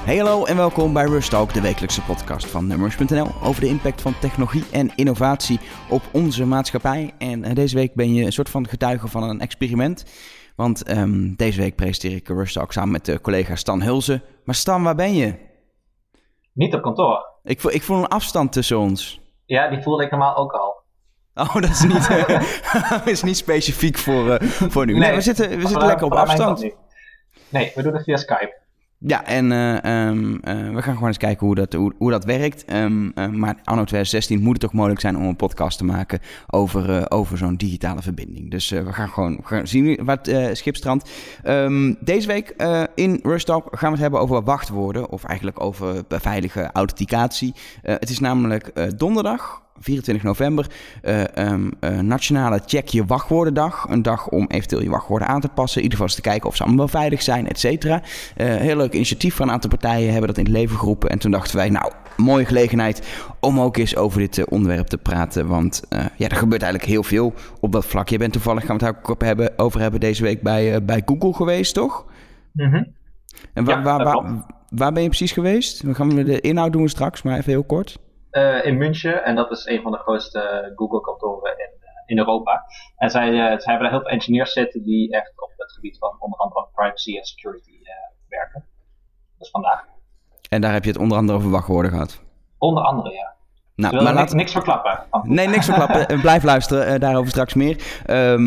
Hey hallo en welkom bij Rust Talk, de wekelijkse podcast van Numbers.nl over de impact van technologie en innovatie op onze maatschappij. En deze week ben je een soort van getuige van een experiment. Want deze week presenteer ik Rust Talk samen met de collega Stan Hulze. Maar Stan, waar ben je? Niet op kantoor. Ik voel een afstand tussen ons. Ja, die voelde ik normaal ook al. Oh, dat is niet, is niet specifiek voor nu. Nee, we zitten lekker op afstand. Nee, we doen het via Skype. Ja, en we gaan gewoon eens kijken hoe dat werkt. Maar anno 2016 moet het toch mogelijk zijn om een podcast te maken over zo'n digitale verbinding. Dus we gaan zien waar het schip strandt. Deze week in Rust Talk gaan we het hebben over wachtwoorden. Of eigenlijk over veilige authenticatie. Het is namelijk donderdag, 24 november, Nationale Check Je Wachtwoordendag. Een dag om eventueel je wachtwoorden aan te passen. In ieder geval eens te kijken of ze allemaal wel veilig zijn, et cetera. Heel leuk initiatief van een aantal partijen hebben dat in het leven geroepen. En toen dachten wij, nou, mooie gelegenheid om ook eens over dit onderwerp te praten. Want er gebeurt eigenlijk heel veel op dat vlak. Je bent toevallig, gaan we het ook over hebben deze week bij Google geweest, toch? Mm-hmm. En waar ben je precies geweest? We gaan de inhoud doen straks, maar even heel kort. In München, en dat is een van de grootste Google-kantoren in Europa. En zij hebben daar heel veel engineers zitten die echt op het gebied van onder andere privacy en security werken. Dus vandaag. En daar heb je het onder andere over wachtwoorden gehad? Onder andere, ja. Nou, maar niks verklappen. Nee, niks verklappen. Blijf luisteren, daarover straks meer.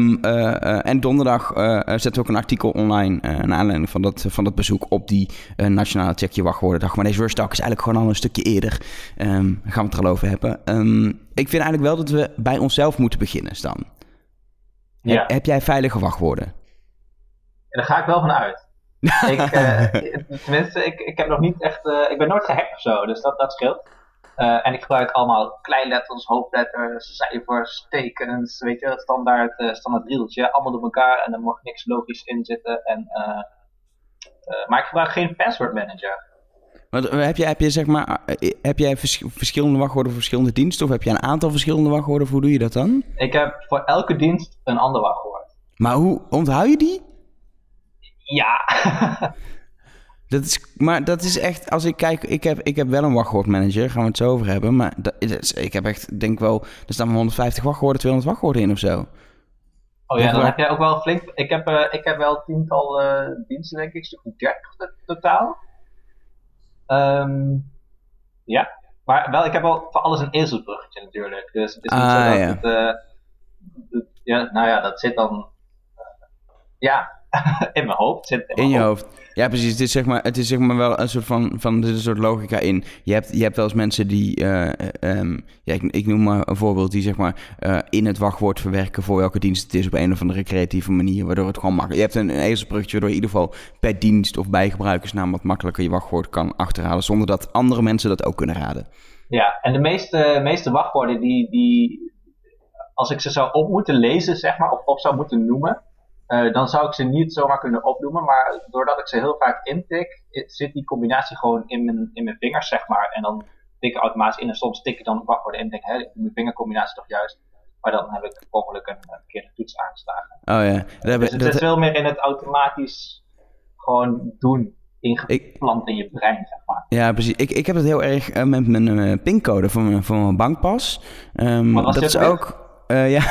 En donderdag zetten we ook een artikel online naar aanleiding van dat bezoek op die Nationale Check Je Wachtwoordendag. Maar deze Rust Talk is eigenlijk gewoon al een stukje eerder. Daar gaan we het er al over hebben. Ik vind eigenlijk wel dat we bij onszelf moeten beginnen, Stan. Ja. Heb jij veilige wachtwoorden? Ja, daar ga ik wel van uit. Tenminste, ik heb nog niet echt... ik ben nooit gehackt of zo, dus dat scheelt. En ik gebruik allemaal kleinletters, hoofdletters, cijfers, tekens, weet je, standaard riedeltje, allemaal door elkaar en er mag niks logisch in zitten. Maar ik gebruik geen password manager. Want heb jij verschillende wachtwoorden voor verschillende diensten of heb je een aantal verschillende wachtwoorden? Hoe doe je dat dan? Ik heb voor elke dienst een ander wachtwoord. Maar hoe onthoud je die? Ja. Dat is echt, als ik kijk, ik heb wel een wachtwoordmanager, gaan we het zo over hebben. Maar ik heb echt, denk wel, er staan 150 wachtwoorden, 200 wachtwoorden in of zo. Oh ja, dan heb jij ook wel flink, ik heb wel 10-tal diensten, denk ik, stuk 30 totaal. Ja, maar wel, ik heb wel voor alles een ezelbruggetje natuurlijk. Dus het is niet zo dat dat zit dan, in mijn hoofd. In je hoofd. Ja, precies. Het is zeg maar wel een soort van er zit een soort logica in. Je hebt wel eens mensen die, ik noem maar een voorbeeld, die zeg maar in het wachtwoord verwerken voor welke dienst het is op een of andere creatieve manier, waardoor het gewoon makkelijk. Je hebt een ezelbruggetje waardoor je in ieder geval per dienst of bij gebruikersnaam wat makkelijker je wachtwoord kan achterhalen, zonder dat andere mensen dat ook kunnen raden. Ja, en de meeste wachtwoorden die als ik ze zou op moeten lezen, zeg maar, of op zou moeten noemen, dan zou ik ze niet zomaar kunnen opnoemen, maar doordat ik ze heel vaak intik, zit die combinatie gewoon in mijn vingers, zeg maar. En dan tik ik automatisch in en soms tik ik dan wachtwoorden in en denk, mijn vingercombinatie toch juist. Maar dan heb ik mogelijk een verkeerde toets aangeslagen. Oh ja. Dus het is veel meer in het automatisch gewoon doen, ingeplant in je brein, zeg maar. Ja, precies. Ik heb het heel erg met mijn pincode van mijn bankpas. Dat is ook... ja.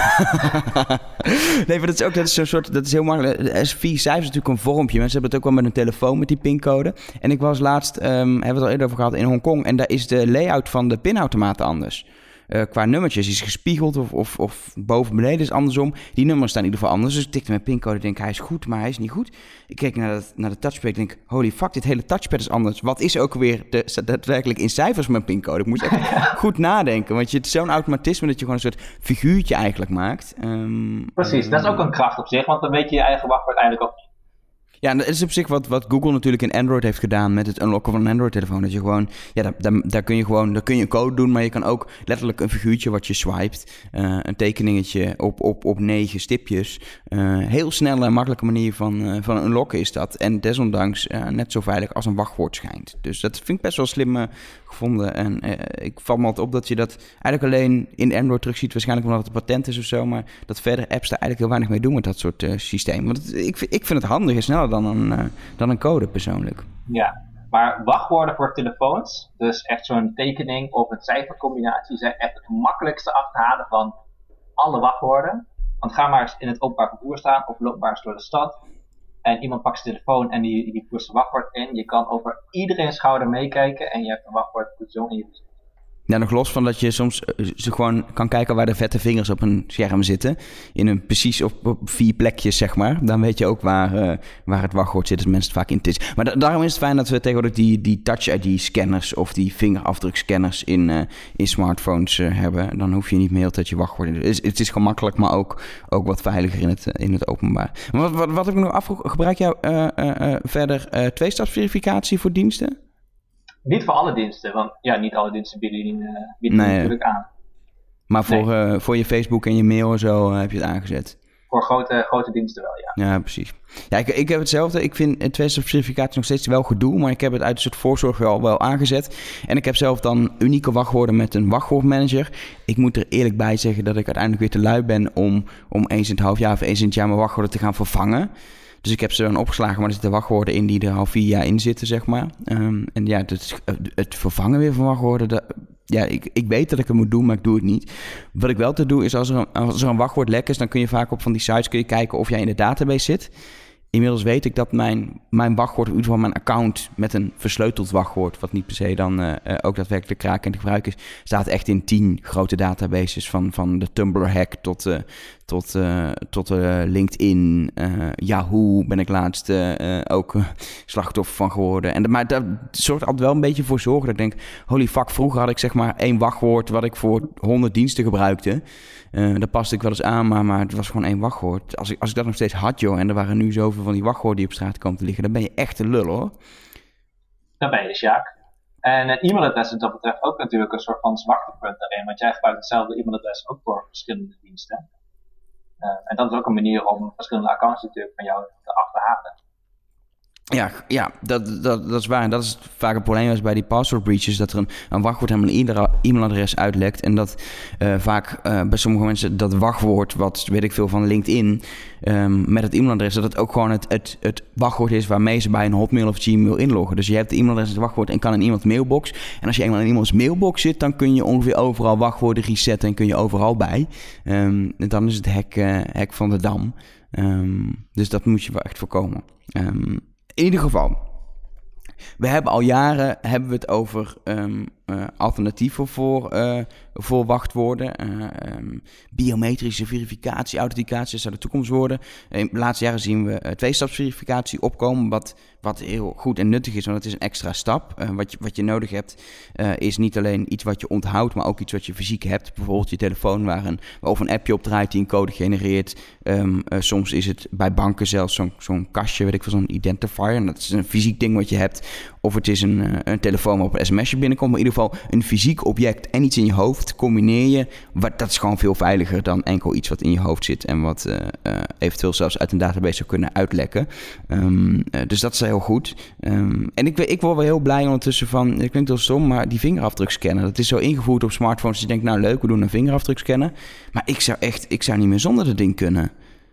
Nee, maar dat is zo'n soort, dat is heel makkelijk. De S4 cijfers is natuurlijk een vormpje. Mensen hebben het ook wel met een telefoon met die pincode. En ik was laatst, hebben we het al eerder over gehad, in Hongkong. En daar is de layout van de pinautomaten anders. Qua nummertjes is gespiegeld of boven beneden is andersom. Die nummers staan in ieder geval anders. Dus ik tikte mijn pincode en denk, hij is goed, maar hij is niet goed. Ik keek naar de touchpad en denk, holy fuck, dit hele touchpad is anders. Wat is ook weer daadwerkelijk in cijfers mijn pincode? Ik moest echt goed nadenken, want je het is zo'n automatisme dat je gewoon een soort figuurtje eigenlijk maakt. Precies, dat is ook een kracht op zich, want dan weet je je eigen wachtwoord eigenlijk ook niet. Ja, dat is op zich wat Google natuurlijk in Android heeft gedaan met het unlocken van een Android-telefoon. Dat je gewoon, daar kun je een code doen, maar je kan ook letterlijk een figuurtje wat je swipet, een tekeningetje op 9 stipjes. Heel snelle en makkelijke manier van unlocken is dat. En desondanks net zo veilig als een wachtwoord schijnt. Dus dat vind ik best wel slim gevonden. En ik val me altijd op dat je dat eigenlijk alleen in Android terugziet, waarschijnlijk omdat het een patent is of zo, maar dat verder apps daar eigenlijk heel weinig mee doen met dat soort systeem. Want ik vind het handig en sneller dan een code persoonlijk. Ja, Maar wachtwoorden voor telefoons, dus echt zo'n tekening of een cijfercombinatie, zijn echt het makkelijkste achterhalen van alle wachtwoorden. Want ga maar eens in het openbaar vervoer staan of loop maar eens door de stad. En iemand pakt zijn telefoon en die voert zijn wachtwoord in. Je kan over iedereen schouder meekijken en je hebt een wachtwoord zo in je gezicht. Ja, nog los van dat je soms ze gewoon kan kijken waar de vette vingers op een scherm zitten. Precies op 4 plekjes, zeg maar. Dan weet je ook waar het wachtwoord zit, als mensen het vaak in het is. Maar daarom is het fijn dat we tegenwoordig die Touch ID-scanners of die vingerafdrukscanners in smartphones hebben. Dan hoef je niet meer altijd je wachtwoord in. Het is gemakkelijk, maar ook wat veiliger in het openbaar. Maar wat ik me nog afvroeg, gebruik jij verder tweestapsverificatie voor diensten? Niet voor alle diensten, want niet alle diensten bieden natuurlijk aan. Maar voor je Facebook en je mail en zo heb je het aangezet? Voor grote diensten wel, ja. Ja, precies. Ja, ik heb hetzelfde. Ik vind tweestapsverificatie nog steeds wel gedoe, maar ik heb het uit een soort voorzorg wel aangezet. En ik heb zelf dan unieke wachtwoorden met een wachtwoordmanager. Ik moet er eerlijk bij zeggen dat ik uiteindelijk weer te lui ben om eens in het half jaar of eens in het jaar mijn wachtwoorden te gaan vervangen. Dus ik heb ze dan opgeslagen, maar er zitten wachtwoorden in die er al 4 jaar in zitten, zeg maar. En ja, het vervangen weer van wachtwoorden, ik weet dat ik het moet doen, maar ik doe het niet. Wat ik wel te doen is, als er een wachtwoord lek is, dan kun je vaak op van die sites kijken of jij in de database zit. Inmiddels weet ik dat mijn wachtwoord, in ieder geval mijn account met een versleuteld wachtwoord, wat niet per se dan ook daadwerkelijk kraken en te gebruiken is, staat echt in 10 grote databases van de Tumblr hack tot LinkedIn, Yahoo ben ik laatst ook slachtoffer van geworden. Maar dat zorgt altijd wel een beetje voor zorgen. Dat ik denk, holy fuck, vroeger had ik zeg maar 1 wachtwoord wat ik voor 100 diensten gebruikte. Daar paste ik wel eens aan, maar het was gewoon 1 wachtwoord. Als ik dat nog steeds had, joh, en er waren nu zoveel van die wachtwoorden die op straat komen te liggen, dan ben je echt een lul, hoor. Dan ben je, Sjaak. En een e-mailadres is dat betreft ook natuurlijk een soort van zwaktepunt daarin, want jij gebruikt hetzelfde e-mailadres ook voor verschillende diensten. En dat is ook een manier om verschillende accounts natuurlijk van jou te achterhalen. Ja, dat is waar. En dat is vaak een probleem bij die password breaches, dat er een wachtwoord helemaal ieder e-mailadres uitlekt. En dat vaak bij sommige mensen dat wachtwoord, wat weet ik veel van LinkedIn, met het e-mailadres, dat het ook gewoon het wachtwoord is waarmee ze bij een Hotmail of Gmail inloggen. Dus je hebt de e-mailadres en het wachtwoord en kan in iemands mailbox. En als je eenmaal in iemands mailbox zit, dan kun je ongeveer overal wachtwoorden resetten en kun je overal bij. En dan is het hek van de dam. Dus dat moet je wel echt voorkomen. In ieder geval, we hebben al jaren het over alternatieven voor wachtwoorden. Biometrische verificatie, authenticatie zou de toekomst worden. In de laatste jaren zien we tweestapsverificatie opkomen, wat heel goed en nuttig is, want het is een extra stap. Wat je nodig hebt is niet alleen iets wat je onthoudt, maar ook iets wat je fysiek hebt. Bijvoorbeeld je telefoon waar een appje op draait die een code genereert. Soms is het bij banken zelfs zo'n kastje, weet ik veel, zo'n identifier. En dat is een fysiek ding wat je hebt. Of het is een telefoon waarop een sms'je binnenkomt. Maar in ieder geval een fysiek object en iets in je hoofd combineer je. Dat is gewoon veel veiliger dan enkel iets wat in je hoofd zit. En wat eventueel zelfs uit een database zou kunnen uitlekken. Dus dat is heel goed. En ik word wel heel blij ondertussen van, ik klinkt heel stom, maar die vingerafdrukscanner. Dat is zo ingevoerd op smartphones. Dus je denkt, nou leuk, we doen een vingerafdrukscanner. Maar ik zou niet meer zonder dat ding kunnen.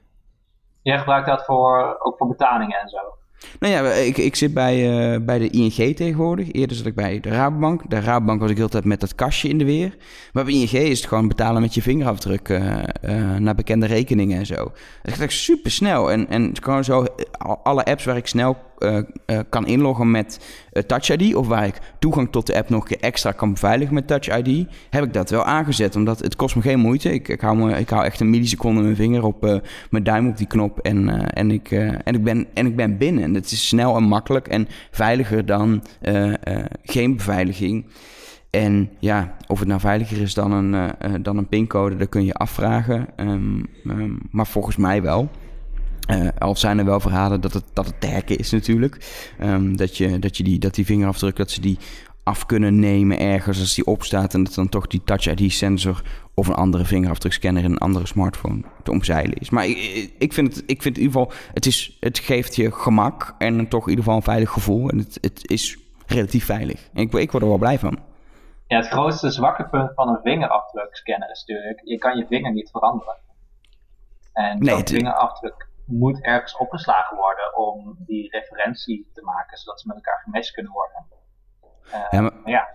Jij gebruikt dat ook voor betalingen en zo? Nou ja, ik zit bij de ING tegenwoordig. Eerder zat ik bij de Rabobank. De Rabobank was ik de hele tijd met dat kastje in de weer. Maar bij ING is het gewoon betalen met je vingerafdruk naar bekende rekeningen en zo. Dat gaat echt super snel. En gewoon zo alle apps waar ik snel kan inloggen met Touch ID, of waar ik toegang tot de app nog een keer extra kan beveiligen met Touch ID, heb ik dat wel aangezet. Omdat het kost me geen moeite. Ik hou echt een milliseconde mijn vinger op mijn duim op die knop en ik ben binnen. En het is snel en makkelijk en veiliger dan geen beveiliging. En ja, of het nou veiliger is dan een pincode, dat kun je afvragen. Maar volgens mij wel. Al zijn er wel verhalen dat het te hacken is natuurlijk. Dat die vingerafdruk, dat ze die af kunnen nemen ergens als die opstaat. En dat dan toch die Touch ID sensor of een andere vingerafdrukscanner in een andere smartphone te omzeilen is. Maar ik vind in ieder geval, het geeft je gemak en toch in ieder geval een veilig gevoel. En het is relatief veilig. En ik word er wel blij van. Ja, het grootste zwakke punt van een vingerafdrukscanner is natuurlijk, je kan je vinger niet veranderen. En zo'n vingerafdruk moet ergens opgeslagen worden om die referentie te maken, zodat ze met elkaar gematcht kunnen worden. Ja.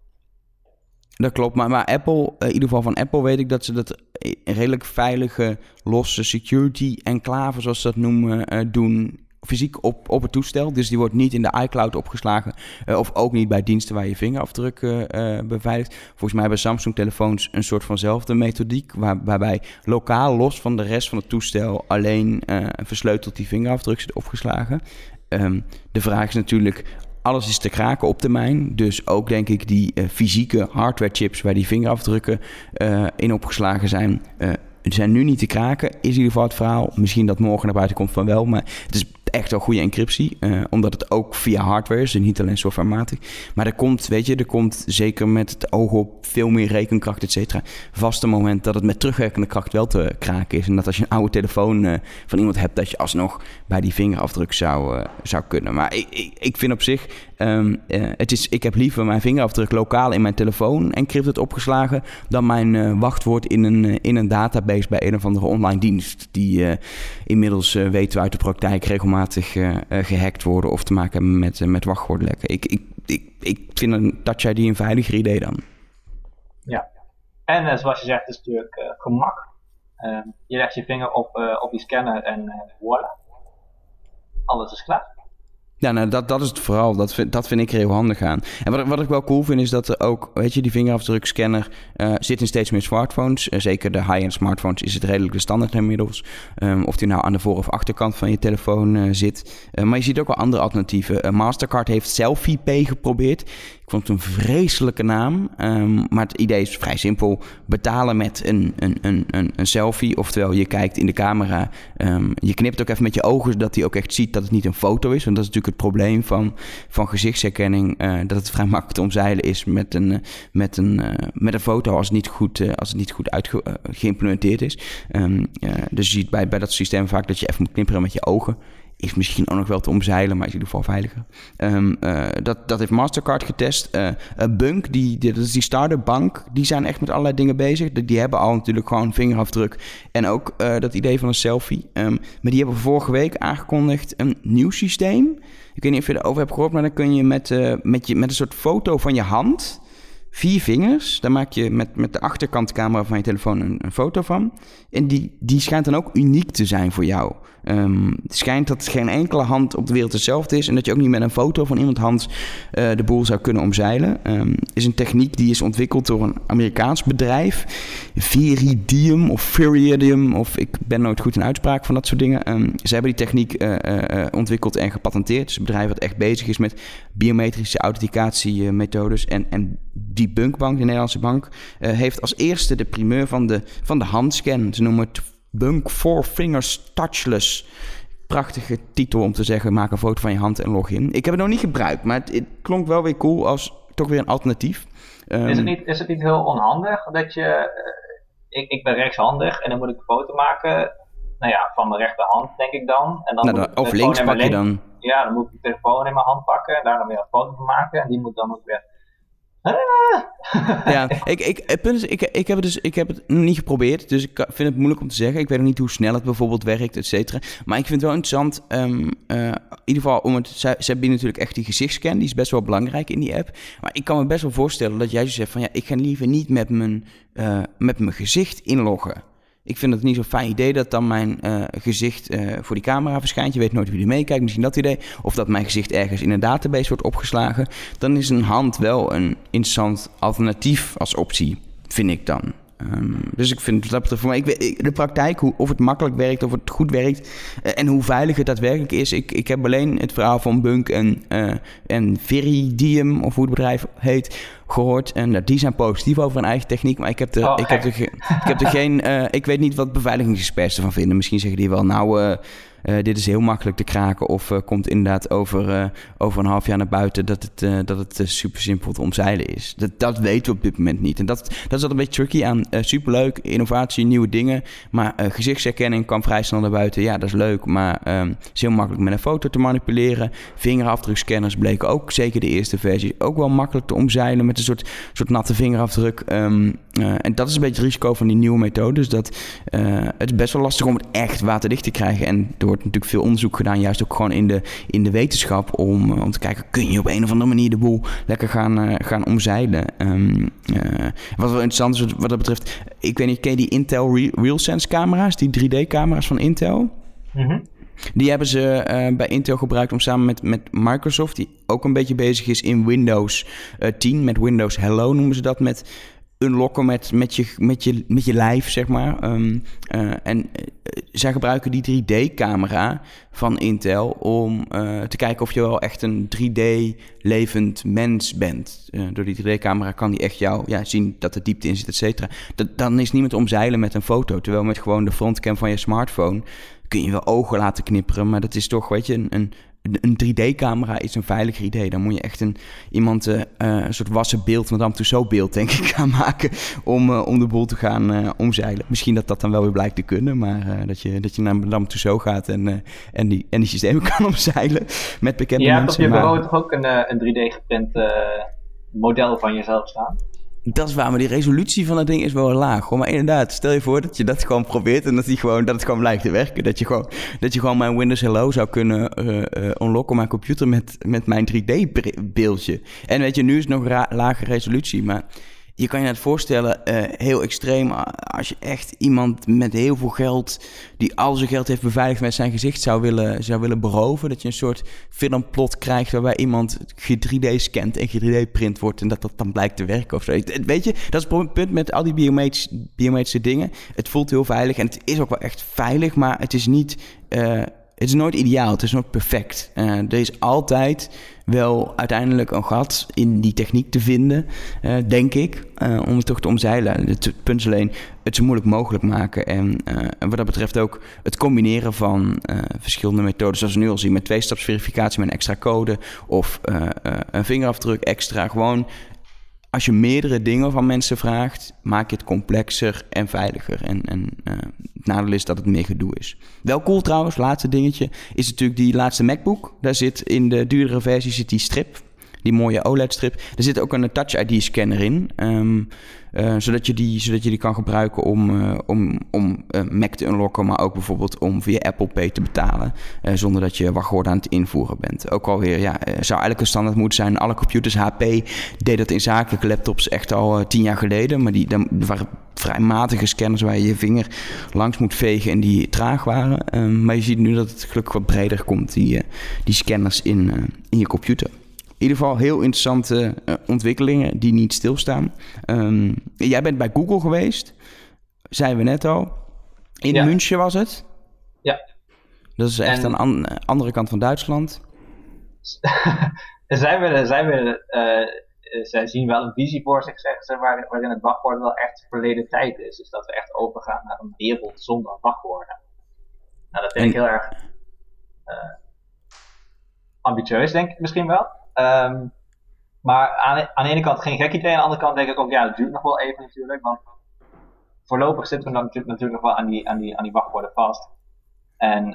Dat klopt, maar Apple, in ieder geval van Apple weet ik dat ze dat redelijk veilige, losse security enclave, zoals ze dat noemen, doen fysiek op het toestel. Dus die wordt niet in de iCloud opgeslagen of ook niet bij diensten waar je vingerafdruk beveiligt. Volgens mij hebben Samsung-telefoons een soort vanzelfde methodiek, waarbij lokaal, los van de rest van het toestel, alleen versleuteld die vingerafdruk zit opgeslagen. De vraag is natuurlijk, alles is te kraken op termijn. Dus ook denk ik die fysieke hardware chips waar die vingerafdrukken in opgeslagen zijn nu niet te kraken. Is in ieder geval het verhaal. Misschien dat morgen naar buiten komt van wel. Maar het is echt wel goede encryptie. Omdat het ook via hardware is en niet alleen softwarematig. Maar er komt zeker met het oog op veel meer rekenkracht, et cetera, vast een moment dat het met terugwerkende kracht wel te kraken is. En dat als je een oude telefoon van iemand hebt, dat je alsnog bij die vingerafdruk zou kunnen. Maar ik vind op zich, ik heb liever mijn vingerafdruk lokaal in mijn telefoon encrypted opgeslagen dan mijn wachtwoord in een database bij een of andere online dienst. Die inmiddels weten we uit de praktijk regelmatig gehackt worden of te maken hebben met wachtwoordlekken. Ik vind Touch ID een veiliger idee dan. Ja, en zoals je zegt, is het natuurlijk gemak. Je legt je vinger op die scanner en voilà. Alles is klaar. Ja, nou, dat is het vooral. Dat vind ik er heel handig aan. En wat ik wel cool vind is dat er ook, weet je, die vingerafdrukscanner zit in steeds meer smartphones. Zeker de high-end smartphones is het redelijk de standaard inmiddels. Of die nou aan de voor- of achterkant van je telefoon zit. Maar je ziet ook wel andere alternatieven. Mastercard heeft Selfie Pay geprobeerd. Ik vond het een vreselijke naam. Maar het idee is vrij simpel. Betalen met een selfie. Oftewel, je kijkt in de camera. Je knipt ook even met je ogen, zodat hij ook echt ziet dat het niet een foto is. Want dat is natuurlijk het probleem van gezichtsherkenning. Dat het vrij makkelijk te omzeilen is met een foto als het niet goed geïmplementeerd is. Dus je ziet bij dat systeem vaak dat je even moet knipperen met je ogen. Is misschien ook nog wel te omzeilen, maar is in ieder geval veiliger. Dat heeft Mastercard getest. Bunk, dat is die start-up bank, die zijn echt met allerlei dingen bezig. Die hebben al natuurlijk gewoon vingerafdruk en ook dat idee van een selfie. Maar die hebben vorige week aangekondigd een nieuw systeem. Ik weet niet of je erover hebt gehoord, maar dan kun je met een soort foto van je hand, 4 vingers, daar maak je met de achterkantcamera van je telefoon een foto van. En die schijnt dan ook uniek te zijn voor jou. Het schijnt dat geen enkele hand op de wereld hetzelfde is en dat je ook niet met een foto van iemands hand de boel zou kunnen omzeilen. Is een techniek die is ontwikkeld door een Amerikaans bedrijf. Viridium of ik ben nooit goed in uitspraak van dat soort dingen. Ze hebben die techniek ontwikkeld en gepatenteerd. Het is een bedrijf wat echt bezig is met biometrische authenticatiemethodes. En die Bunkbank, de Nederlandse bank, heeft als eerste de primeur van de handscan. Ze noemen het Bunk 4 Fingers Touchless. Prachtige titel om te zeggen, maak een foto van je hand en log in. Ik heb het nog niet gebruikt, maar het klonk wel weer cool als toch weer een alternatief. Is het niet heel onhandig dat je... Ik ben rechtshandig en dan moet ik een foto maken, van mijn rechterhand, denk ik dan. En dan of links pak je dan. Ja, dan moet ik de telefoon in mijn hand pakken en daar dan weer een foto van maken. En die moet dan ook weer... Ja, ik heb het nog niet geprobeerd, dus ik vind het moeilijk om te zeggen. Ik weet nog niet hoe snel het bijvoorbeeld werkt, et cetera. Maar ik vind het wel interessant, in ieder geval, ze bieden natuurlijk echt die gezichtsscan, die is best wel belangrijk in die app. Maar ik kan me best wel voorstellen dat jij zo zegt van, ja, ik ga liever niet met mijn gezicht inloggen. Ik vind het niet zo'n fijn idee dat dan mijn gezicht voor die camera verschijnt. Je weet nooit wie er meekijkt, misschien dat idee. Of dat mijn gezicht ergens in een database wordt opgeslagen. Dan is een hand wel een interessant alternatief als optie, vind ik dan. Dus ik vind dat betreft voor mij, de praktijk, of het makkelijk werkt, of het goed werkt en hoe veilig het daadwerkelijk is. Ik heb alleen het verhaal van Bunk en Viridium, of hoe het bedrijf heet, gehoord. En die zijn positief over hun eigen techniek, maar ik weet niet wat beveiligingsexperts ervan vinden. Misschien zeggen die wel, dit is heel makkelijk te kraken of komt inderdaad over een half jaar naar buiten dat het super simpel te omzeilen is. Dat weten we op dit moment niet. En dat is altijd een beetje tricky aan. Superleuk, innovatie, nieuwe dingen. Maar gezichtsherkenning kwam vrij snel naar buiten. Ja, dat is leuk, maar het is heel makkelijk met een foto te manipuleren. Vingerafdrukscanners bleken ook, zeker de eerste versie, ook wel makkelijk te omzeilen met een soort natte vingerafdruk. En dat is een beetje het risico van die nieuwe methodes. Dat het is best wel lastig om het echt waterdicht te krijgen. En er wordt natuurlijk veel onderzoek gedaan, juist ook gewoon in de wetenschap, om te kijken, kun je op een of andere manier de boel lekker gaan omzeilen. Wat wel interessant is wat dat betreft, ik weet niet, ken je die Intel RealSense camera's, die 3D-camera's van Intel? Mm-hmm. Die hebben ze bij Intel gebruikt om samen met Microsoft, die ook een beetje bezig is in Windows 10, met Windows Hello noemen ze dat, met unlocken met je lijf, zeg maar. Zij gebruiken die 3D-camera van Intel om te kijken of je wel echt een 3D-levend mens bent. Door die 3D-camera kan die echt jou zien dat er diepte in zit, et cetera. Dan is niemand te omzeilen met een foto. Terwijl met gewoon de frontcam van je smartphone kun je wel ogen laten knipperen. Maar dat is toch, weet je, een 3D-camera is een veiliger idee. Dan moet je echt iemand een soort wassen beeld, Madame Tussauds beeld, denk ik, gaan maken om de boel te gaan omzeilen. Misschien dat dan wel weer blijkt te kunnen, maar dat je naar Madame Tussauds gaat en die systemen kan omzeilen met bekende mensen. Ja, op je bureau toch ook een 3D-geprint model van jezelf staan? Dat is waar, maar die resolutie van dat ding is wel laag, hoor. Maar inderdaad, stel je voor dat je dat gewoon probeert en dat het gewoon blijkt te werken. Dat je gewoon mijn Windows Hello zou kunnen unlocken op mijn computer met mijn 3D-beeldje. En weet je, nu is het nog lage resolutie, maar je kan je het voorstellen, heel extreem, als je echt iemand met heel veel geld, die al zijn geld heeft beveiligd met zijn gezicht, zou willen beroven. Dat je een soort filmplot krijgt waarbij iemand 3D scant en 3D-print wordt en dat dan blijkt te werken of zo. Weet je, dat is het punt met al die biometrische dingen. Het voelt heel veilig en het is ook wel echt veilig, maar het is niet... Het is nooit ideaal, het is nooit perfect. Er is altijd wel uiteindelijk een gat in die techniek te vinden, denk ik, om het toch te omzeilen. Het punt is alleen het zo moeilijk mogelijk maken. En wat dat betreft ook het combineren van verschillende methodes, zoals we nu al zien, met 2-stapsverificatie met een extra code of een vingerafdruk extra. Gewoon, als je meerdere dingen van mensen vraagt, maak je het complexer en veiliger. En het nadeel is dat het meer gedoe is. Wel cool trouwens, laatste dingetje, is natuurlijk die laatste MacBook. Daar zit in de duurdere versie die strip, die mooie OLED-strip. Er zit ook een Touch ID-scanner in, zodat je die kan gebruiken om Mac te unlocken, maar ook bijvoorbeeld om via Apple Pay te betalen, zonder dat je wachtwoorden aan het invoeren bent. Ook alweer, zou eigenlijk een standaard moeten zijn. Alle computers, HP deed dat in zakelijke laptops echt al 10 jaar geleden, maar er waren vrij matige scanners waar je je vinger langs moet vegen en die traag waren. Maar je ziet nu dat het gelukkig wat breder komt, die scanners in je computer. In ieder geval heel interessante ontwikkelingen die niet stilstaan. Jij bent bij Google geweest, zeiden we net al. In München was het? Ja. Dat is echt aan de andere kant van Duitsland. Zij zien wel een visie voor zich, zeggen ze, waarin het wachtwoord wel echt verleden tijd is. Dus dat we echt overgaan naar een wereld zonder wachtwoorden. Nou, dat vind ik heel erg ambitieus, denk ik misschien wel. Maar aan de ene kant geen gek idee, aan de andere kant denk ik ook, het duurt nog wel even natuurlijk, want voorlopig zitten we dan natuurlijk nog wel aan die wachtwoorden vast. En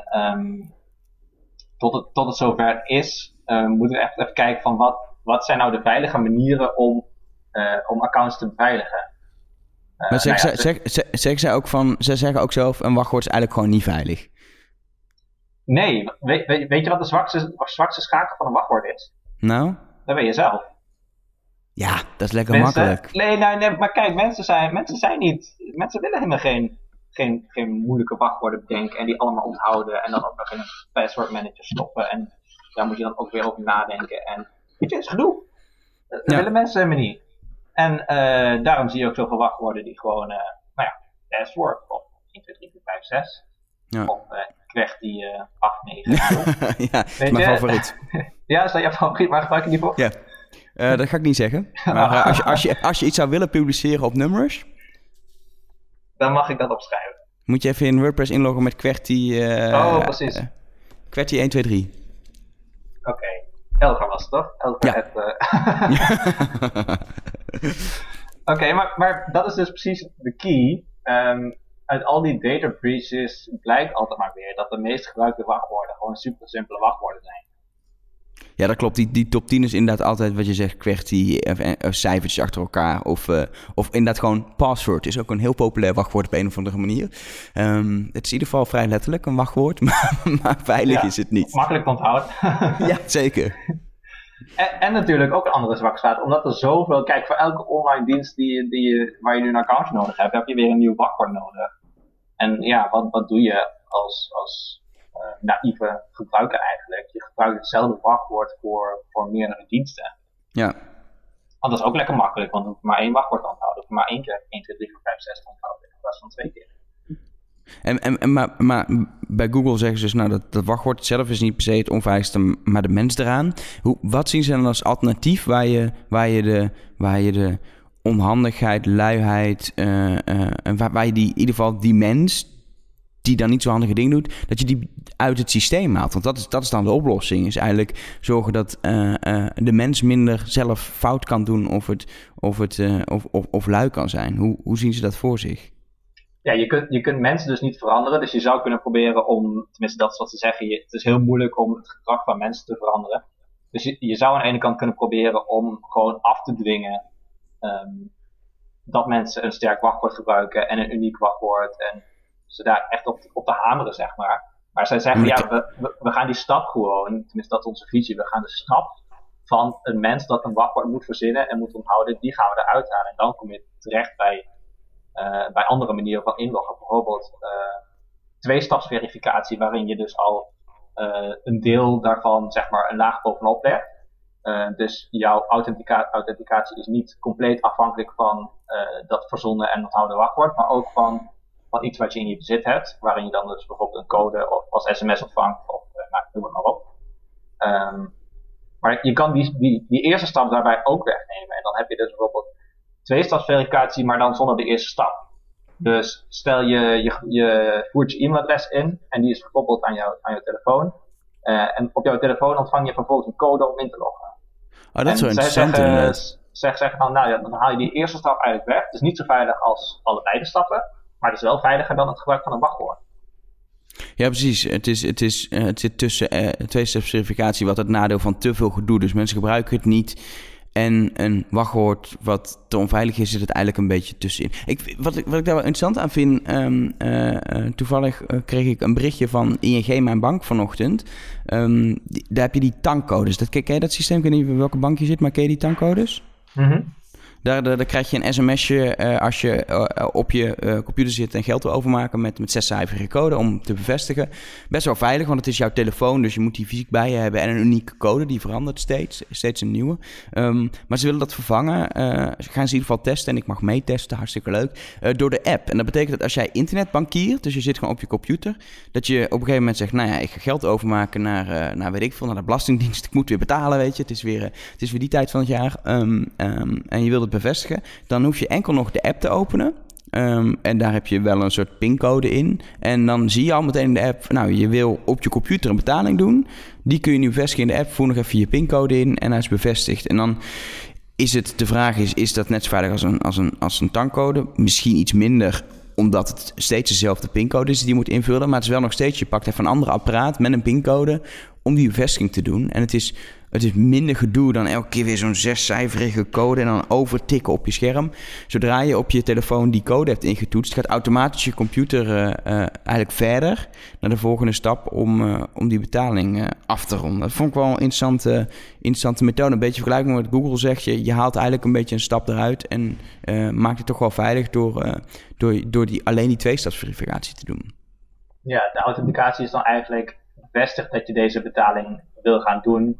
tot het zover is, moeten we echt even kijken van wat zijn nou de veilige manieren om accounts te beveiligen. Maar zij zeggen ook zelf, een wachtwoord is eigenlijk gewoon niet veilig. Nee, weet je wat de zwakste schakel van een wachtwoord is? Nou? Dat ben je zelf. Ja, dat is lekker makkelijk. Nee, maar kijk, mensen willen helemaal geen moeilijke wachtwoorden bedenken en die allemaal onthouden en dan ook nog in een password manager stoppen en daar moet je dan ook weer over nadenken en weet je, het is gedoe. Dat willen mensen helemaal niet. En daarom zie je ook zoveel wachtwoorden die gewoon, password of 1, 2, 3, 4, 5, 6 of QWERTY 8, 9. Ja, dat is mijn favoriet. Ja, is dat jouw favoriet? Waar gebruik je die voor? Ja, dat ga ik niet zeggen. Maar als je iets zou willen publiceren op nummers, dan mag ik dat opschrijven. Moet je even in WordPress inloggen met QWERTY. Precies. QWERTY 1, 2, 3. Oké. Elga was het toch? Elga Oké, maar dat is dus precies de key. Uit al die data breaches blijkt altijd maar weer dat de meest gebruikte wachtwoorden gewoon super simpele wachtwoorden zijn. Ja, dat klopt. Die top 10 is inderdaad altijd wat je zegt, QWERTY, cijfertjes achter elkaar. Of inderdaad gewoon password is ook een heel populair wachtwoord op een of andere manier. Het is in ieder geval vrij letterlijk een wachtwoord, maar veilig is het niet. Makkelijk te onthouden. Ja, zeker. En natuurlijk ook een andere zwakte, omdat er zoveel... Kijk, voor elke online dienst waar je nu een account nodig hebt, heb je weer een nieuw wachtwoord nodig. En ja, wat doe je als naïeve gebruiker eigenlijk? Je gebruikt hetzelfde wachtwoord voor meerdere diensten. Ja. Want dat is ook lekker makkelijk, want je hoeft maar één wachtwoord te onthouden. Of maar 1 keer 1, 2, 3, 4, 5, 6 te onthouden in plaats van 2 keer. Maar bij Google zeggen ze dus, nou, dat wachtwoord zelf is niet per se het onveiligste, maar de mens eraan. Wat zien ze dan als alternatief waar je de onhandigheid, luiheid, waar je in ieder geval die mens die dan niet zo handige dingen doet, dat je die uit het systeem haalt? Want dat is dan de oplossing, is eigenlijk zorgen dat de mens minder zelf fout kan doen of lui kan zijn. Hoe zien ze dat voor zich? Ja, je kunt mensen dus niet veranderen. Dus je zou kunnen proberen om, tenminste dat is wat ze zeggen, het is heel moeilijk om het gedrag van mensen te veranderen. Dus je zou aan de ene kant kunnen proberen om gewoon af te dwingen dat mensen een sterk wachtwoord gebruiken en een uniek wachtwoord. En ze daar echt op te hameren, zeg maar. Maar zij zeggen, we gaan die stap gewoon, tenminste dat is onze visie, we gaan de stap van een mens dat een wachtwoord moet verzinnen en moet onthouden, die gaan we eruit halen. En dan kom je terecht bij andere manieren van inloggen. Bijvoorbeeld tweestapsverificatie, waarin je dus al een deel daarvan zeg maar een laag bovenop legt. Dus jouw authenticatie is niet compleet afhankelijk van dat verzonnen en onthouden wachtwoord, maar ook van iets wat je in je bezit hebt, waarin je dan dus bijvoorbeeld een code of als sms ontvangt, of noem het maar op. Maar je kan die eerste stap daarbij ook wegnemen. En dan heb je dus bijvoorbeeld tweestapsverificatie, maar dan zonder de eerste stap. Dus stel je voert je e-mailadres in en die is gekoppeld aan jouw telefoon. En op jouw telefoon ontvang je vervolgens een code om in te loggen. Oh, dat is zo interessant. Zij zeggen dan, nou ja, dan haal je die eerste stap eigenlijk weg. Het is niet zo veilig als allebei de stappen, maar het is wel veiliger dan het gebruik van een wachtwoord. Ja, precies. Het zit tussen tweestapsverificatie, wat het nadeel van te veel gedoe. Dus mensen gebruiken het niet. En een wachtwoord wat te onveilig is, zit het eigenlijk een beetje tussenin. Wat ik daar wel interessant aan vind, toevallig kreeg ik een berichtje van ING, mijn bank, vanochtend. Daar heb je die tankcodes. Ken je dat systeem? Ik weet niet welke bank je zit, maar ken je die tankcodes? Mm-hmm. Daar krijg je een sms'je als je op je computer zit en geld wil overmaken met 6-cijferige code om te bevestigen. Best wel veilig, want het is jouw telefoon, dus je moet die fysiek bij je hebben. En een unieke code, die verandert steeds een nieuwe. Maar ze willen dat vervangen. Ze gaan ze in ieder geval testen en ik mag meetesten, hartstikke leuk. Door de app. En dat betekent dat als jij internetbankiert, dus je zit gewoon op je computer, dat je op een gegeven moment zegt, nou ja, ik ga geld overmaken naar weet ik veel, naar de Belastingdienst. Ik moet weer betalen, weet je. Het is weer die tijd van het jaar. En je wilt het bevestigen, dan hoef je enkel nog de app te openen. En daar heb je wel een soort pincode in. En dan zie je al meteen in de app, nou, je wil op je computer een betaling doen. Die kun je nu bevestigen in de app. Voer nog even je pincode in en hij is bevestigd. En dan is het de vraag, is dat net zo veilig als een tankcode? Misschien iets minder, omdat het steeds dezelfde pincode is die je moet invullen. Maar het is wel nog steeds, je pakt even een ander apparaat met een pincode om die bevestiging te doen. En het is minder gedoe dan elke keer weer zo'n 6-cijferige code en dan overtikken op je scherm. Zodra je op je telefoon die code hebt ingetoetst, gaat automatisch je computer eigenlijk verder naar de volgende stap om die betaling af te ronden. Dat vond ik wel een interessante methode. Een beetje vergelijkbaar met wat Google zegt. Je haalt eigenlijk een beetje een stap eruit en maakt het toch wel veilig door alleen die tweestapsverificatie te doen. Ja, de authenticatie is dan eigenlijk bevestigt dat je deze betaling wil gaan doen,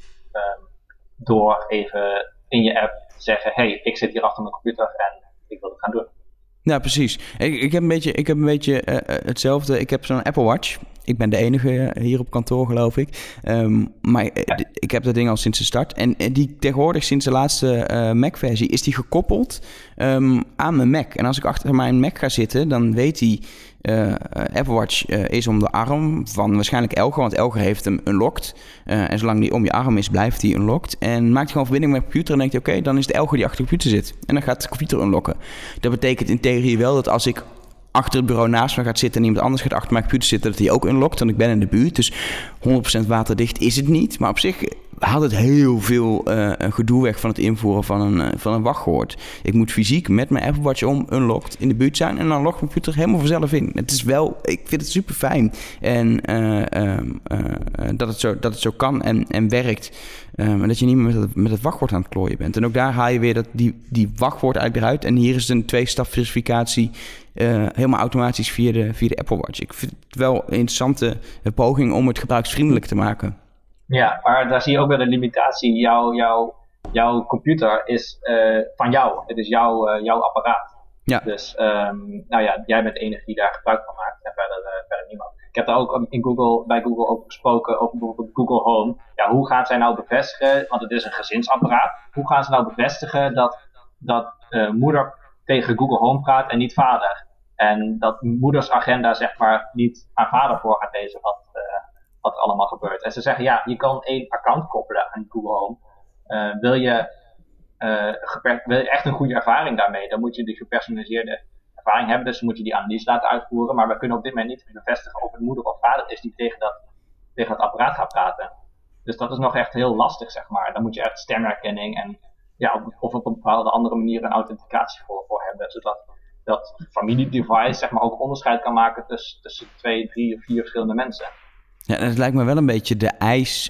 door even in je app te zeggen, hey, ik zit hier achter mijn computer en ik wil het gaan doen. Ja, precies. Ik heb een beetje hetzelfde. Ik heb zo'n Apple Watch. Ik ben de enige hier op kantoor, geloof ik. Maar ik heb dat ding al sinds de start. En die tegenwoordig, sinds de laatste Mac-versie, is die gekoppeld aan mijn Mac. En als ik achter mijn Mac ga zitten, dan weet die Apple Watch is om de arm van waarschijnlijk Elger, want Elger heeft hem unlocked. En zolang die om je arm is, blijft die unlocked. En maakt gewoon verbinding met de computer en denkt hij, oké, dan is de Elger die achter de computer zit. En dan gaat de computer unlocken. Dat betekent in theorie wel dat als ik achter het bureau naast me gaat zitten en iemand anders gaat achter mijn computer zitten, dat hij ook unlockt, want ik ben in de buurt. Dus 100% waterdicht is het niet. Maar op zich haalt het heel veel gedoe weg van het invoeren van een wachtwoord. Ik moet fysiek met mijn Apple Watch unlocked in de buurt zijn en dan logt mijn computer helemaal vanzelf in. Het is wel, ik vind het super fijn en dat het zo kan en werkt. En dat je niet meer met het wachtwoord aan het klooien bent. En ook daar haal je weer die wachtwoord eigenlijk eruit. En hier is een 2-stap verificatie helemaal automatisch via de Apple Watch. Ik vind het wel een interessante poging om het gebruiksvriendelijk te maken. Ja, maar daar zie je ook weer de limitatie. Jouw computer is van jou. Het is jouw apparaat. Ja. Dus jij bent de enige die daar gebruik van maakt en verder niemand. Ik heb daar ook bij Google over gesproken, over bijvoorbeeld Google Home. Ja, hoe gaan zij nou bevestigen, want het is een gezinsapparaat, hoe gaan ze nou bevestigen dat moeder tegen Google Home praat en niet vader? En dat moeders agenda zeg maar niet aan vader voor gaat lezen wat er allemaal gebeurt. En ze zeggen je kan 1 account koppelen aan Google Home. Wil je echt een goede ervaring daarmee, dan moet je die gepersonaliseerde ervaring hebben, dus moet je die analyse laten uitvoeren, maar we kunnen op dit moment niet bevestigen of het moeder of vader is die tegen dat apparaat gaat praten. Dus dat is nog echt heel lastig, zeg maar. Dan moet je echt stemherkenning en of op een bepaalde andere manier een authenticatie voor hebben, zodat dat familiedevice zeg maar ook onderscheid kan maken tussen 2, 3 of 4 verschillende mensen. Ja, het lijkt me wel een beetje de eis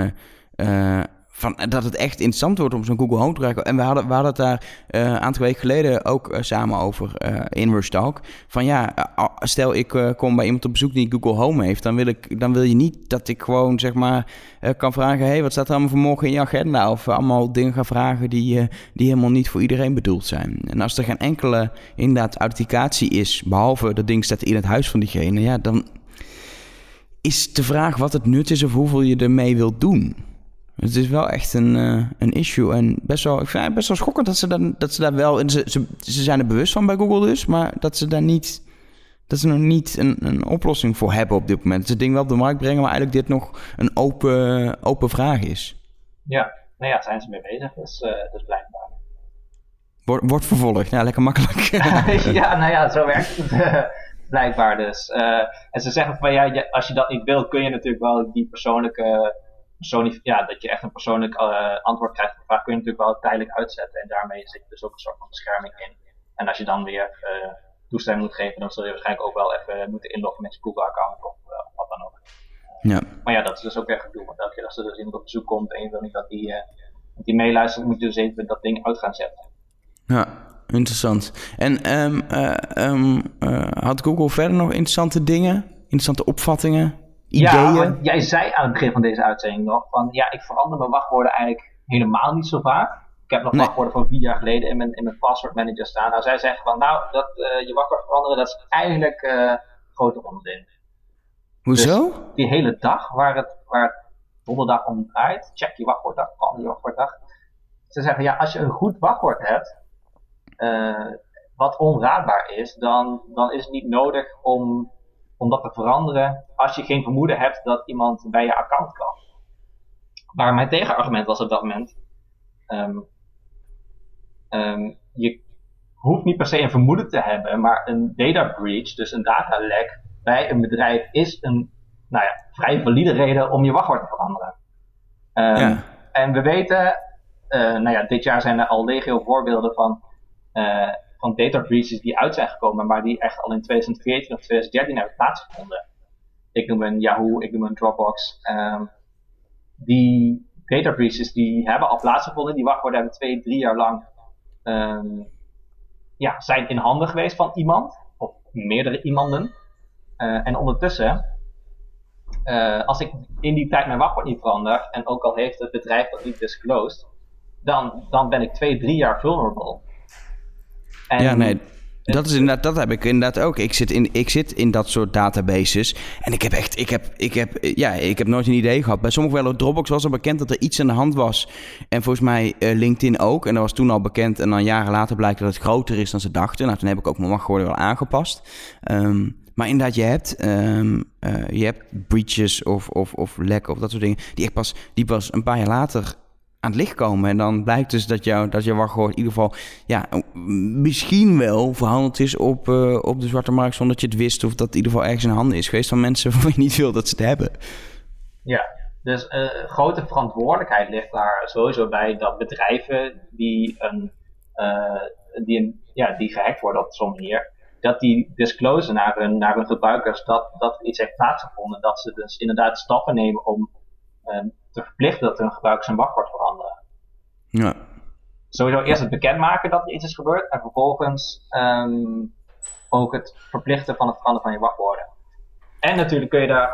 van dat het echt interessant wordt om zo'n Google Home te gebruiken. En we hadden het daar een aantal weken geleden ook samen over in Rush Talk. Van stel ik kom bij iemand op bezoek die Google Home heeft, dan wil je niet dat ik gewoon zeg maar kan vragen, wat staat er allemaal voor morgen in je agenda? Of allemaal dingen gaan vragen die helemaal niet voor iedereen bedoeld zijn. En als er geen enkele inderdaad authenticatie is, behalve dat ding staat in het huis van diegene, dan is de vraag wat het nut is of hoeveel je ermee wilt doen. Het is wel echt een issue en ik vind het best wel schokkend dat ze daar wel, en ze zijn er bewust van bij Google dus, maar dat ze nog niet een oplossing voor hebben op dit moment. Dat ze het ding wel op de markt brengen, maar eigenlijk dit nog een open vraag is. Ja, zijn ze mee bezig, dus blijkbaar. Wordt vervolgd, lekker makkelijk. Zo werkt het blijkbaar dus. En ze zeggen van als je dat niet wil, kun je natuurlijk wel die persoonlijke dat je echt een persoonlijk antwoord krijgt op de vraag, kun je natuurlijk wel tijdelijk uitzetten. En daarmee zit je dus ook een soort van bescherming in. En als je dan weer toestemming moet geven, dan zul je waarschijnlijk ook wel even moeten inloggen met je Google-account of wat dan ook. Ja. Maar dat is dus ook weer gedoe. Want elke keer als er dus iemand op bezoek komt en je wil niet dat die meeluistert, moet je dus even dat ding uit gaan zetten. Ja, interessant. En had Google verder nog interessante dingen? Interessante opvattingen? Ideeën? Ja, jij zei aan het begin van deze uitzending nog van ik verander mijn wachtwoorden eigenlijk helemaal niet zo vaak. Ik heb nog wachtwoorden van 4 jaar geleden in mijn password manager staan. Nou, zij zeggen van dat je wachtwoord veranderen, dat is eigenlijk grote onzin. Hoezo? Dus die hele dag waar het donderdag om draait, check je wachtwoorddag, verander je wachtwoorddag. Ze zeggen als je een goed wachtwoord hebt, wat onraadbaar is, dan is het niet nodig om dat te veranderen als je geen vermoeden hebt dat iemand bij je account kan. Maar mijn tegenargument was op dat moment, je hoeft niet per se een vermoeden te hebben, maar een data breach, dus een datalek bij een bedrijf is een vrij valide reden om je wachtwoord te veranderen. En we weten, dit jaar zijn er al legio voorbeelden van data breaches die uit zijn gekomen, maar die echt al in 2014 of 2013 hebben plaatsgevonden. Ik noem een Yahoo, ik noem een Dropbox. Die data breaches die hebben al plaatsgevonden. Die wachtwoorden hebben 2-3 jaar lang zijn in handen geweest van iemand of meerdere iemanden. En ondertussen, als ik in die tijd mijn wachtwoord niet verander en ook al heeft het bedrijf dat niet disclosed, dan ben ik 2-3 jaar vulnerable. En dat is inderdaad, dat heb ik inderdaad ook. Ik zit in dat soort databases en ik heb nooit een idee gehad. Bij sommige wel, Dropbox was al bekend dat er iets aan de hand was. En volgens mij LinkedIn ook. En dat was toen al bekend. En dan jaren later blijkt dat het groter is dan ze dachten. Nou, toen heb ik ook mijn wachtwoorden wel aangepast. Maar inderdaad, je hebt breaches of lek of dat soort dingen die pas een paar jaar later aan het licht komen. En dan blijkt dus dat je wachtwoord in ieder geval misschien wel verhandeld is op de zwarte markt zonder dat je het wist, of dat in ieder geval ergens in handen is geweest van mensen waarvan je niet wil dat ze het hebben. Dus grote verantwoordelijkheid ligt daar sowieso bij dat bedrijven die gehackt worden op zo'n manier, dat die disclosen naar hun gebruikers dat iets heeft plaatsgevonden. Dat ze dus inderdaad stappen nemen om te verplichten dat hun gebruikers hun wachtwoord veranderen. Ja. Sowieso eerst het bekendmaken dat er iets is gebeurd en vervolgens ook het verplichten van het veranderen van je wachtwoorden. En natuurlijk kun je daar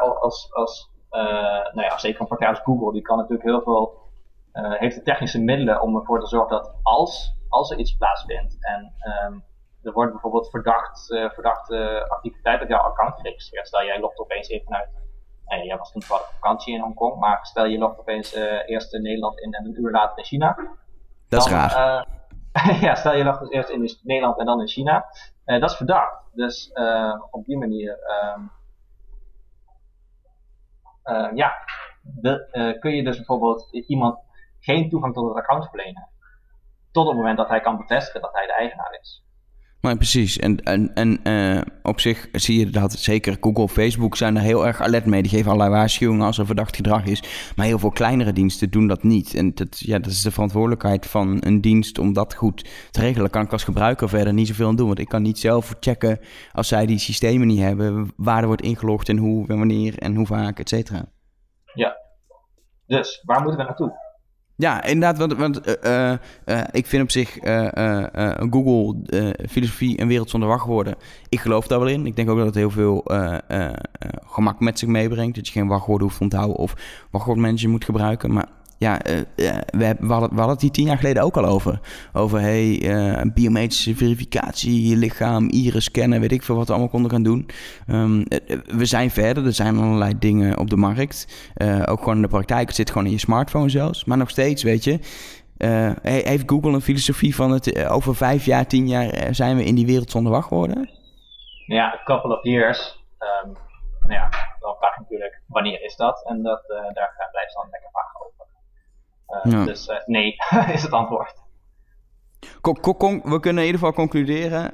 zeker een partij als Google, die kan natuurlijk heel veel, heeft de technische middelen om ervoor te zorgen dat als er iets plaatsvindt en er wordt bijvoorbeeld verdachte activiteit op jouw account geregistreerd. Stel jij logt opeens even uit, jij was toen op vakantie in Hongkong, maar stel je logt opeens eerst in Nederland in en een uur later in China. Dat is raar. Stel je logt dus eerst in Nederland en dan in China. Dat is verdacht. Dus op die manier kun je dus bijvoorbeeld iemand geen toegang tot het account verlenen. Tot het moment dat hij kan bevestigen dat hij de eigenaar is. Maar precies. En op zich zie je dat zeker Google, Facebook zijn er heel erg alert mee. Die geven allerlei waarschuwingen als er verdacht gedrag is. Maar heel veel kleinere diensten doen dat niet. En dat is de verantwoordelijkheid van een dienst om dat goed te regelen. Kan ik als gebruiker verder niet zoveel aan doen. Want ik kan niet zelf checken als zij die systemen niet hebben, waar er wordt ingelogd en hoe en wanneer en hoe vaak, et cetera. Ja. Dus, waar moeten we naartoe? Ja, inderdaad, want ik vind op zich Google filosofie een wereld zonder wachtwoorden. Ik geloof daar wel in. Ik denk ook dat het heel veel gemak met zich meebrengt. Dat je geen wachtwoorden hoeft te onthouden of wachtwoordmanager moet gebruiken. Maar ja, we hadden het hier 10 jaar geleden ook al over. Over biometrische verificatie, je lichaam, iris scannen, weet ik veel wat we allemaal konden gaan doen. We zijn verder, er zijn allerlei dingen op de markt. Ook gewoon in de praktijk, het zit gewoon in je smartphone zelfs. Maar nog steeds, weet je, heeft Google een filosofie van over 5 jaar, 10 jaar zijn we in die wereld zonder wachtwoorden? Ja, a couple of years. Dan vraag je natuurlijk, wanneer is dat? En daar blijft dan lekker vaag over. Dus nee, is het antwoord. We kunnen in ieder geval concluderen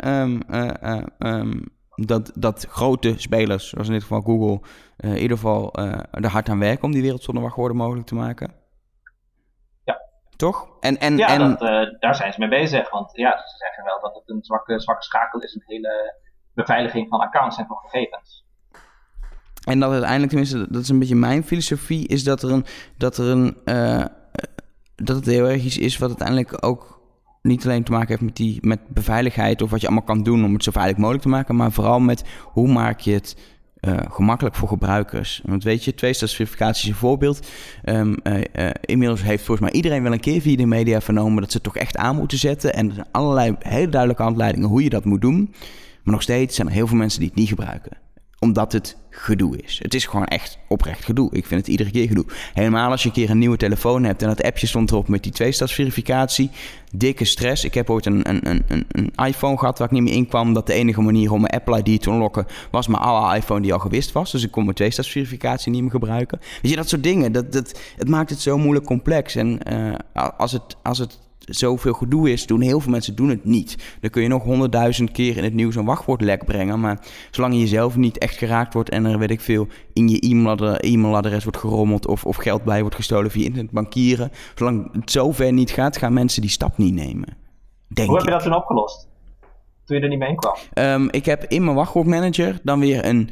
dat grote spelers, zoals in dit geval Google, in ieder geval er hard aan werken om die wereld zonder wachtwoorden mogelijk te maken. Ja. Toch? Daar zijn ze mee bezig. Want ja, ze zeggen wel dat het een zwakke schakel is in de hele beveiliging van accounts en van gegevens. En dat uiteindelijk, tenminste, dat is een beetje mijn filosofie, is dat het heel erg iets is wat uiteindelijk ook niet alleen te maken heeft met beveiligheid of wat je allemaal kan doen om het zo veilig mogelijk te maken, maar vooral met hoe maak je het gemakkelijk voor gebruikers. Want weet je, tweestapsverificatie is een voorbeeld. Inmiddels heeft volgens mij iedereen wel een keer via de media vernomen dat ze het toch echt aan moeten zetten. En er zijn allerlei hele duidelijke handleidingen hoe je dat moet doen. Maar nog steeds zijn er heel veel mensen die het niet gebruiken. Omdat het gedoe is. Het is gewoon echt oprecht gedoe. Ik vind het iedere keer gedoe. Helemaal als je een keer een nieuwe telefoon hebt en dat appje stond erop met die tweestapsverificatie. Dikke stress. Ik heb ooit een iPhone gehad waar ik niet meer in kwam. Dat de enige manier om mijn Apple ID te unlocken was mijn oude iPhone die al gewist was. Dus ik kon mijn tweestapsverificatie niet meer gebruiken. Weet je, dat soort dingen. Het maakt het zo moeilijk complex. En als het zoveel gedoe is, heel veel mensen het niet. Dan kun je nog 100.000 keer in het nieuws een wachtwoordlek brengen, maar zolang je zelf niet echt geraakt wordt en er weet ik veel in je e-mailadres wordt gerommeld of geld bij wordt gestolen via internetbankieren, zolang het zover niet gaat, gaan mensen die stap niet nemen. Hoe heb je dat toen opgelost? Toen je er niet mee kwam? Ik heb in mijn wachtwoordmanager dan weer een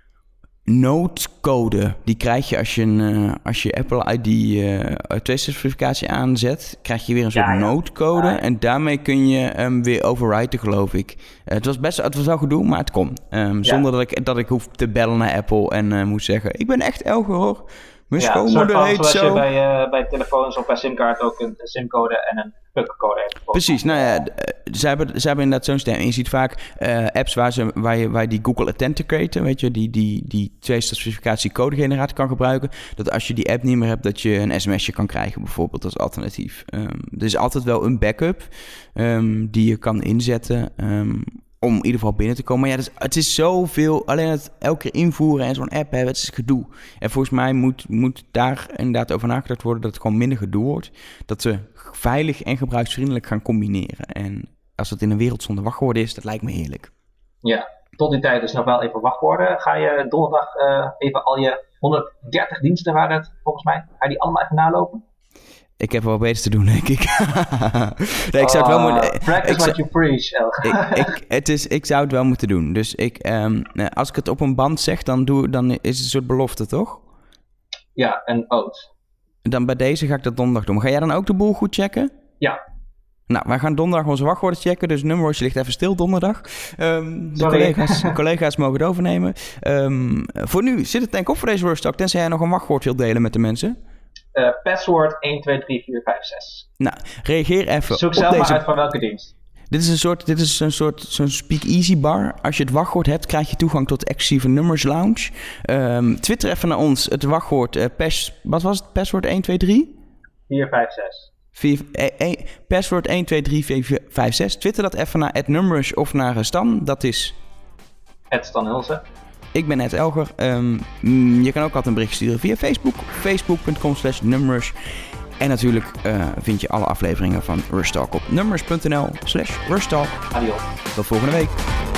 noodcode. Die krijg je als je Apple ID tweestapsverificatie aanzet, krijg je weer een soort noodcode. Ja. En daarmee kun je hem weer overwriten, geloof ik. Het was wel gedoe, maar het kon. Zonder dat ik hoef te bellen naar Apple en moet zeggen, ik ben echt Elger hoor. Mijn schoonmoeder heet zo. Zoals je bij telefoons of bij simkaart ook een simcode en een PUC-code heeft. Precies, nou ja, ze hebben inderdaad zo'n systeem. En je ziet vaak apps waar je die Google Authenticator, weet je, die tweestapsverificatie codegenerator kan gebruiken. Dat als je die app niet meer hebt, dat je een sms'je kan krijgen bijvoorbeeld als alternatief. Er is altijd wel een backup die je kan inzetten om in ieder geval binnen te komen. Maar ja, het is zoveel. Alleen het elke keer invoeren en zo'n app hebben, het is gedoe. En volgens mij moet daar inderdaad over nagedacht worden dat het gewoon minder gedoe wordt. Dat ze veilig en gebruiksvriendelijk gaan combineren. En als het in een wereld zonder wachtwoorden is, dat lijkt me heerlijk. Ja, tot die tijd dus nog wel even wachtwoorden. Ga je donderdag even al je 130 diensten waren het, volgens mij. Ga je die allemaal even nalopen? Ik heb wel beter te doen, denk ik. Nee, ik zou het wel moeten... Practice what you preach, Elger. Ik zou het wel moeten doen. Dus als ik het op een band zeg, dan is het een soort belofte, toch? Ja, een oath. Dan bij deze ga ik dat donderdag doen. Ga jij dan ook de boel goed checken? Ja. Nou, wij gaan donderdag onze wachtwoorden checken. Dus Numrush ligt even stil donderdag. De collega's mogen het overnemen. Voor nu zit het denk ik op voor deze Rush Talk. Tenzij jij nog een wachtwoord wilt delen met de mensen. Password 123456. Nou, reageer even. Zoek zelf maar uit van welke dienst. Dit is een soort zo'n speakeasy bar. Als je het wachtwoord hebt, krijg je toegang tot de exclusieve Numrush Lounge. Twitter even naar ons. Het wachtwoord. Wat was het? Password 123? 456. Password 123456. Twitter dat even naar @Numrush of naar Stan. Dat is Stan Hulsen. Ik ben Elger. Je kan ook altijd een bericht sturen via Facebook. Facebook.com/Numrush. En natuurlijk vind je alle afleveringen van Rush Talk op numrush.nl/Rush Talk. Adios. Tot volgende week.